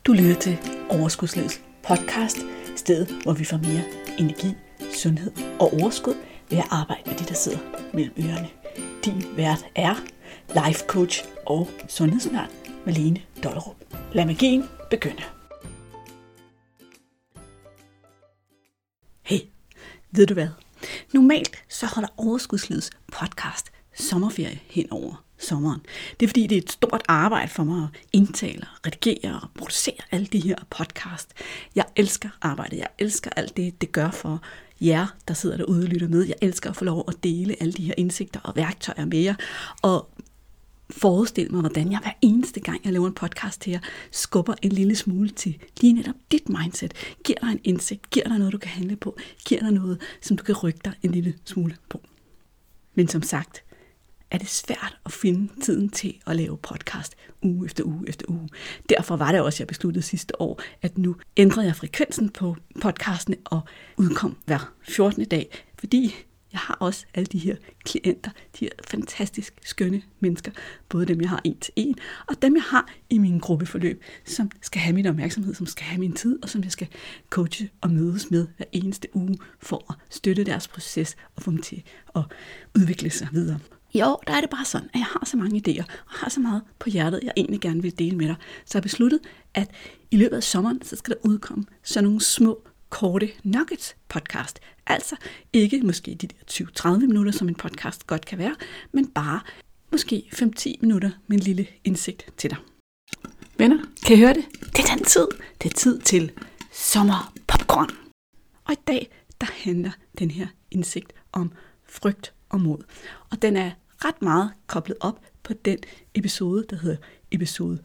Du lytter til Overskudslivets podcast, stedet hvor vi får mere energi, sundhed og overskud ved at arbejde med det, der sidder mellem ørerne. Din vært er life coach og sundhedsnørd Malene Dollerup. Lad magien begynde. Hey, ved du hvad? Normalt så holder Overskudslivets podcast sommerferie hen over sommeren. Det er fordi, det er et stort arbejde for mig at indtale, redigere og producere alle de her podcast. Jeg elsker arbejdet. Jeg elsker alt det gør for jer, der sidder derude og lytter med. Jeg elsker at få lov at dele alle de her indsigter og værktøjer med jer. Og forestille mig, hvordan jeg hver eneste gang, jeg laver en podcast til jer, skubber en lille smule til lige netop dit mindset. Giver dig en indsigt, giver dig noget, du kan handle på, giver dig noget, som du kan rykke dig en lille smule på. Men som sagt, er det svært at finde tiden til at lave podcast uge efter uge efter uge. Derfor var det også, jeg besluttede sidste år, at nu ændrede jeg frekvensen på podcastene og udkom hver 14. dag, fordi jeg har også alle de her klienter, de her fantastisk skønne mennesker, både dem, jeg har 1-til-1, og dem, jeg har i min gruppeforløb, som skal have min opmærksomhed, som skal have min tid, og som jeg skal coache og mødes med hver eneste uge, for at støtte deres proces og få dem til at udvikle sig videre. I år, der er det bare sådan, at jeg har så mange idéer, og har så meget på hjertet, jeg egentlig gerne vil dele med dig. Så jeg har besluttet, at i løbet af sommeren, så skal der udkomme sådan nogle små, korte nuggets podcast. Altså ikke måske de der 20-30 minutter, som en podcast godt kan være, men bare måske 5-10 minutter med en lille indsigt til dig. Venner, kan I høre det? Det er den tid. Det er tid til sommerpopcorn. Og i dag, der handler den her indsigt om frygt og mod. Og den er ret meget koblet op på den episode, der hedder episode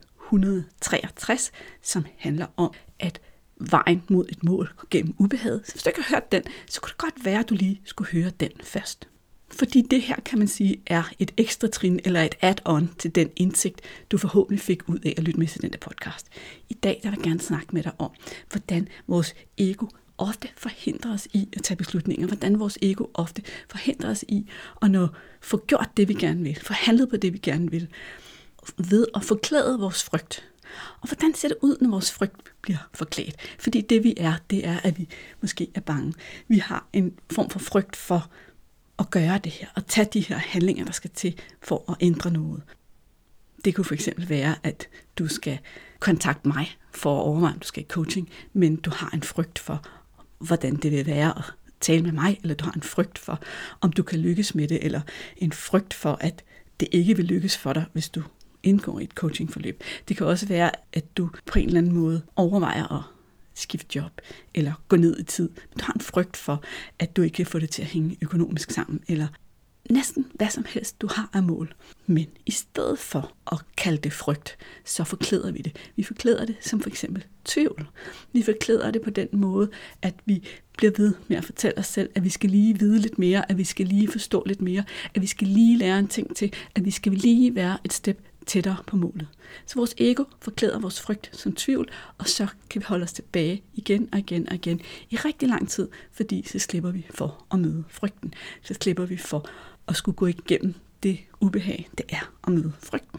163, som handler om, at vejen mod et mål går gennem ubehaget. Så hvis du ikke har hørt den, så kunne det godt være, at du lige skulle høre den først. Fordi det her, kan man sige, er et ekstra trin eller et add-on til den indsigt, du forhåbentlig fik ud af at lytte med til den der podcast. I dag der vil jeg gerne snakke med dig om, hvordan vores ego ofte forhindrer os i at tage beslutninger, hvordan vores ego ofte forhindrer os i at få gjort det, vi gerne vil, få handlet på det, vi gerne vil, ved at forklæde vores frygt. Og hvordan ser det ud, når vores frygt bliver forklædt? Fordi det vi er, det er, at vi måske er bange. Vi har en form for frygt for at gøre det her, og tage de her handlinger, der skal til for at ændre noget. Det kunne for eksempel være, at du skal kontakte mig for at overveje, om du skal i coaching, men du har en frygt for, hvordan det vil være at tale med mig, eller du har en frygt for, om du kan lykkes med det, eller en frygt for, at det ikke vil lykkes for dig, hvis du indgår i et coachingforløb. Det kan også være, at du på en eller anden måde overvejer at skifte job, eller gå ned i tid. Men du har en frygt for, at du ikke kan få det til at hænge økonomisk sammen, eller næsten hvad som helst, du har af mål. Men i stedet for at kalde det frygt, så forklæder vi det. Vi forklæder det som for eksempel tvivl. Vi forklæder det på den måde, at vi bliver ved med at fortælle os selv, at vi skal lige vide lidt mere, at vi skal lige forstå lidt mere, at vi skal lige lære en ting til, at vi skal lige være et step tættere på målet. Så vores ego forklæder vores frygt som tvivl, og så kan vi holde os tilbage igen og igen og igen i rigtig lang tid, fordi så slipper vi for at møde frygten. Så slipper vi for at skulle gå igennem det ubehag, det er at møde frygten.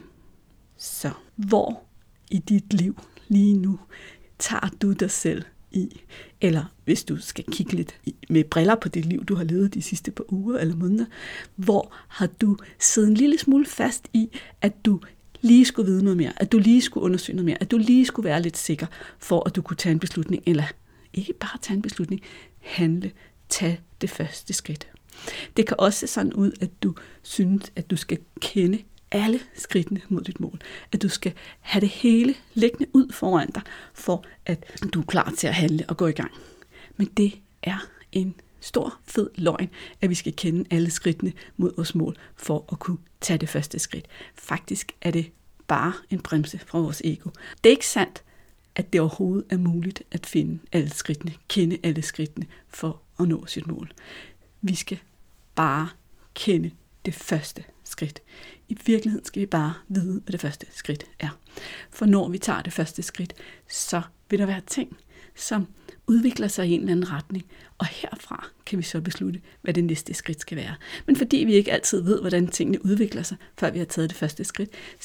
Så hvor i dit liv lige nu tager du dig selv i, eller hvis du skal kigge lidt med briller på det liv, du har levet de sidste par uger eller måneder, hvor har du siddet en lille smule fast i, at du lige skulle vide noget mere, at du lige skulle undersøge noget mere, at du lige skulle være lidt sikker for, at du kunne tage en beslutning, eller ikke bare tage en beslutning, handle, tage det første skridt. Det kan også se sådan ud, at du synes, at du skal kende alle skridtene mod dit mål. At du skal have det hele liggende ud foran dig, for at du er klar til at handle og gå i gang. Men det er en stor, fed løgn, at vi skal kende alle skridtene mod vores mål, for at kunne tage det første skridt. Faktisk er det bare en bremse fra vores ego. Det er ikke sandt, at det overhovedet er muligt at finde alle skridtene, kende alle skridtene for at nå sit mål. Vi skal bare kende det første skridt. I virkeligheden skal vi bare vide, hvad det første skridt er. For når vi tager det første skridt, så vil der være ting, som udvikler sig i en eller anden retning, og herfra kan vi så beslutte, hvad det næste skridt skal være. Men fordi vi ikke altid ved, hvordan tingene udvikler sig, før vi har taget det første skridt, så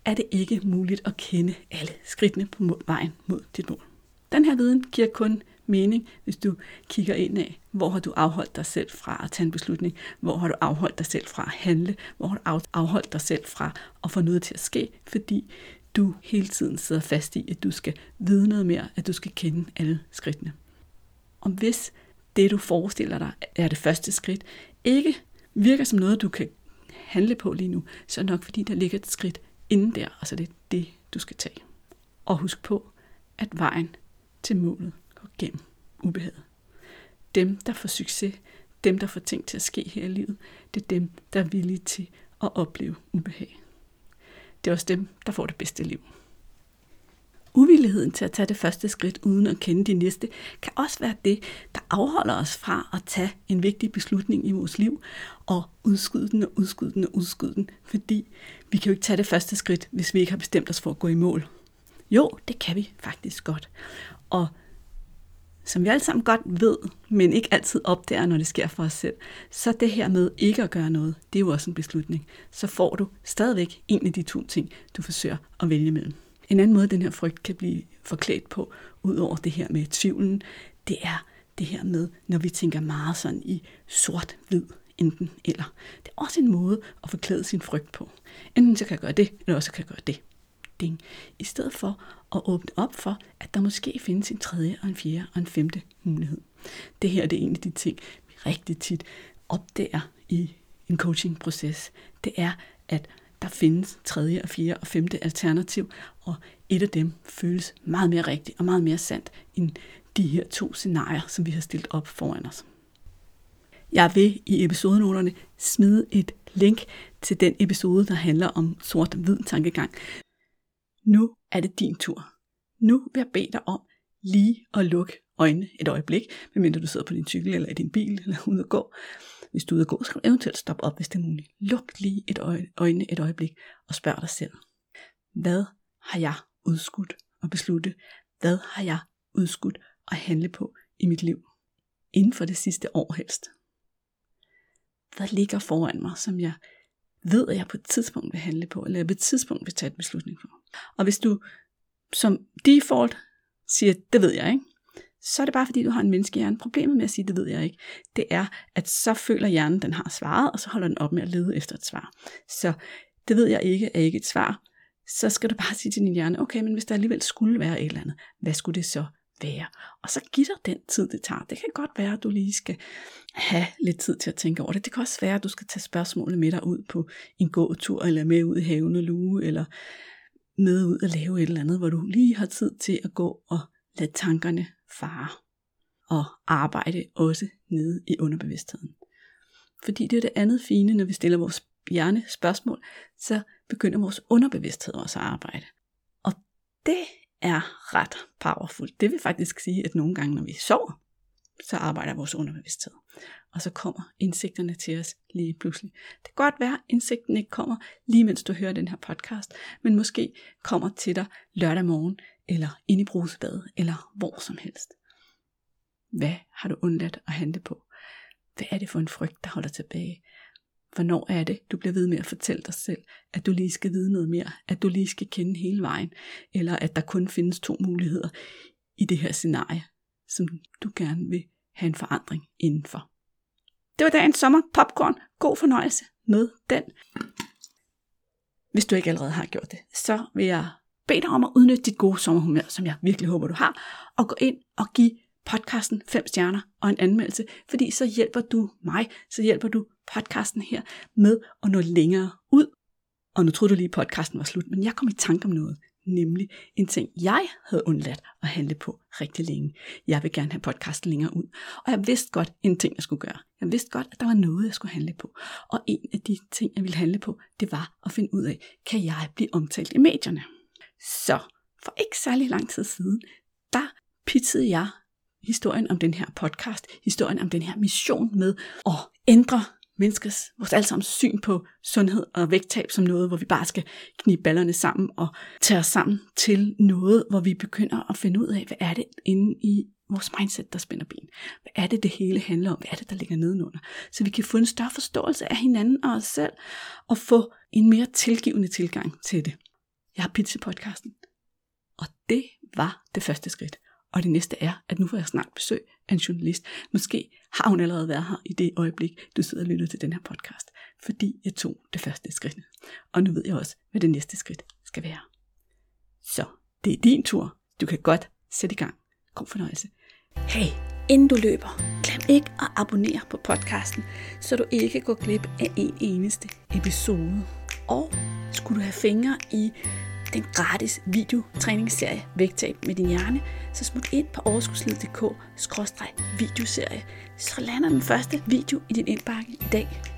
er det ikke muligt at kende alle skridtene på vejen mod dit mål. Den her viden giver kun mening, hvis du kigger ind af, hvor har du afholdt dig selv fra at tage en beslutning, hvor har du afholdt dig selv fra at handle, hvor har du afholdt dig selv fra at få noget til at ske, fordi du hele tiden sidder fast i, at du skal vide noget mere, at du skal kende alle skridtene. Og hvis det, du forestiller dig, er det første skridt, ikke virker som noget, du kan handle på lige nu, så er det nok fordi, der ligger et skridt inden der, og så er det det, du skal tage. Og husk på, at vejen til målet går gennem ubehaget. Dem, der får succes, dem, der får ting til at ske her i livet, det er dem, der er villige til at opleve ubehag. Det er også dem, der får det bedste liv. Uvilligheden til at tage det første skridt uden at kende de næste, kan også være det, der afholder os fra at tage en vigtig beslutning i vores liv og udskyde den, fordi vi kan jo ikke tage det første skridt, hvis vi ikke har bestemt os for at gå i mål. Jo, det kan vi faktisk godt. Og som vi alle sammen godt ved, men ikke altid opdager, når det sker for os selv, så det her med ikke at gøre noget, det er jo også en beslutning. Så får du stadigvæk en af de 2 ting, du forsøger at vælge mellem. En anden måde, den her frygt kan blive forklædt på, ud over det her med tvivlen, det er det her med, når vi tænker meget sådan i sort-hvid, enten eller. Det er også en måde at forklæde sin frygt på. Enten så kan jeg gøre det, eller også kan jeg gøre det. Ding. I stedet for at åbne op for, at der måske findes en 3., og en 4. og en 5. mulighed. Det her det er en af de ting, vi rigtig tit opdager i en coachingproces. Det er, at der findes 3., og 4. og 5. alternativ, og et af dem føles meget mere rigtigt og meget mere sandt end de her 2 scenarier, som vi har stillet op foran os. Jeg vil i episodenoterne smide et link til den episode, der handler om sort-hvid tankegang. Nu er det din tur. Nu vil jeg bede dig om lige at lukke øjnene et øjeblik, medmindre du sidder på din cykel eller i din bil eller ude at gå. Hvis du er ude at gå, så kan du eventuelt stoppe op, hvis det er muligt. Luk lige øjnene et øjeblik og spørg dig selv. Hvad har jeg udskudt at beslutte? Hvad har jeg udskudt at handle på i mit liv? Inden for det sidste år helst. Hvad ligger foran mig, som jeg ved, at jeg på et tidspunkt vil handle på, eller jeg på et tidspunkt vil tage en beslutning på? Og hvis du som default siger, det ved jeg ikke, så er det bare fordi, du har en menneskehjerne. Problemet med at sige, det ved jeg ikke, det er, at så føler hjernen, den har svaret, og så holder den op med at lede efter et svar. Så det ved jeg ikke, er ikke et svar. Så skal du bare sige til din hjerne, okay, men hvis der alligevel skulle være et eller andet, hvad skulle det så være? Og så giv dig den tid, det tager. Det kan godt være, at du lige skal have lidt tid til at tænke over det. Det kan også være, at du skal tage spørgsmålet med dig ud på en gåtur, eller med ud i haven og luge, eller med ud og lave et eller andet, hvor du lige har tid til at gå og lade tankerne fare. Og arbejde også nede i underbevidstheden. Fordi det er det andet fine, når vi stiller vores hjerne spørgsmål, så begynder vores underbevidsthed også at arbejde. Og det er ret powerful. Det vil faktisk sige, at nogle gange, når vi sover, så arbejder vores underbevidsthed. Og så kommer indsigterne til os lige pludselig. Det kan godt være, at indsigten ikke kommer lige mens du hører den her podcast, men måske kommer til dig lørdag morgen, eller inde i brusebadet, eller hvor som helst. Hvad har du undladt at handle på? Hvad er det for en frygt, der holder tilbage? Hvornår er det, du bliver ved med at fortælle dig selv, at du lige skal vide noget mere, at du lige skal kende hele vejen, eller at der kun findes 2 muligheder i det her scenarie, som du gerne vil have en forandring indenfor. Det var dagens sommer popcorn. God fornøjelse med den. Hvis du ikke allerede har gjort det, så vil jeg bede dig om at udnytte dit gode sommerhumør, som jeg virkelig håber, du har, og gå ind og give podcasten 5 stjerner og en anmeldelse, fordi så hjælper du mig, så hjælper du podcasten her med at nå længere ud. Og nu troede du lige, at podcasten var slut, men jeg kom i tanke om noget, nemlig en ting, jeg havde undladt at handle på rigtig længe. Jeg vil gerne have podcasten længere ud, og jeg vidste godt en ting, jeg skulle gøre. Jeg vidste godt, at der var noget, jeg skulle handle på. Og en af de ting, jeg ville handle på, det var at finde ud af, kan jeg blive omtalt i medierne? Så for ikke særlig lang tid siden, der pitchede jeg historien om den her podcast, historien om den her mission med at ændre vores allesammens syn på sundhed og vægttab som noget, hvor vi bare skal knibe ballerne sammen og tage os sammen til noget, hvor vi begynder at finde ud af, hvad er det inde i vores mindset, der spænder ben. Hvad er det, det hele handler om? Hvad er det, der ligger nedenunder? Så vi kan få en større forståelse af hinanden og os selv, og få en mere tilgivende tilgang til det. Jeg har Pizza-podcasten. Og det var det første skridt. Og det næste er, at nu får jeg snart besøg af en journalist. Måske har hun allerede været her i det øjeblik, du sidder og lytter til den her podcast. Fordi jeg tog det første skridt. Og nu ved jeg også, hvad det næste skridt skal være. Så det er din tur. Du kan godt sætte i gang. God fornøjelse. Hey, inden du løber, glem ikke at abonnere på podcasten, så du ikke går glip af en eneste episode. Og skulle du have fingre i den gratis videotræningsserie Vægtab med din hjerne, så smut ind på overskudslivet.dk/videoserie, så lander den første video i din indbakke i dag.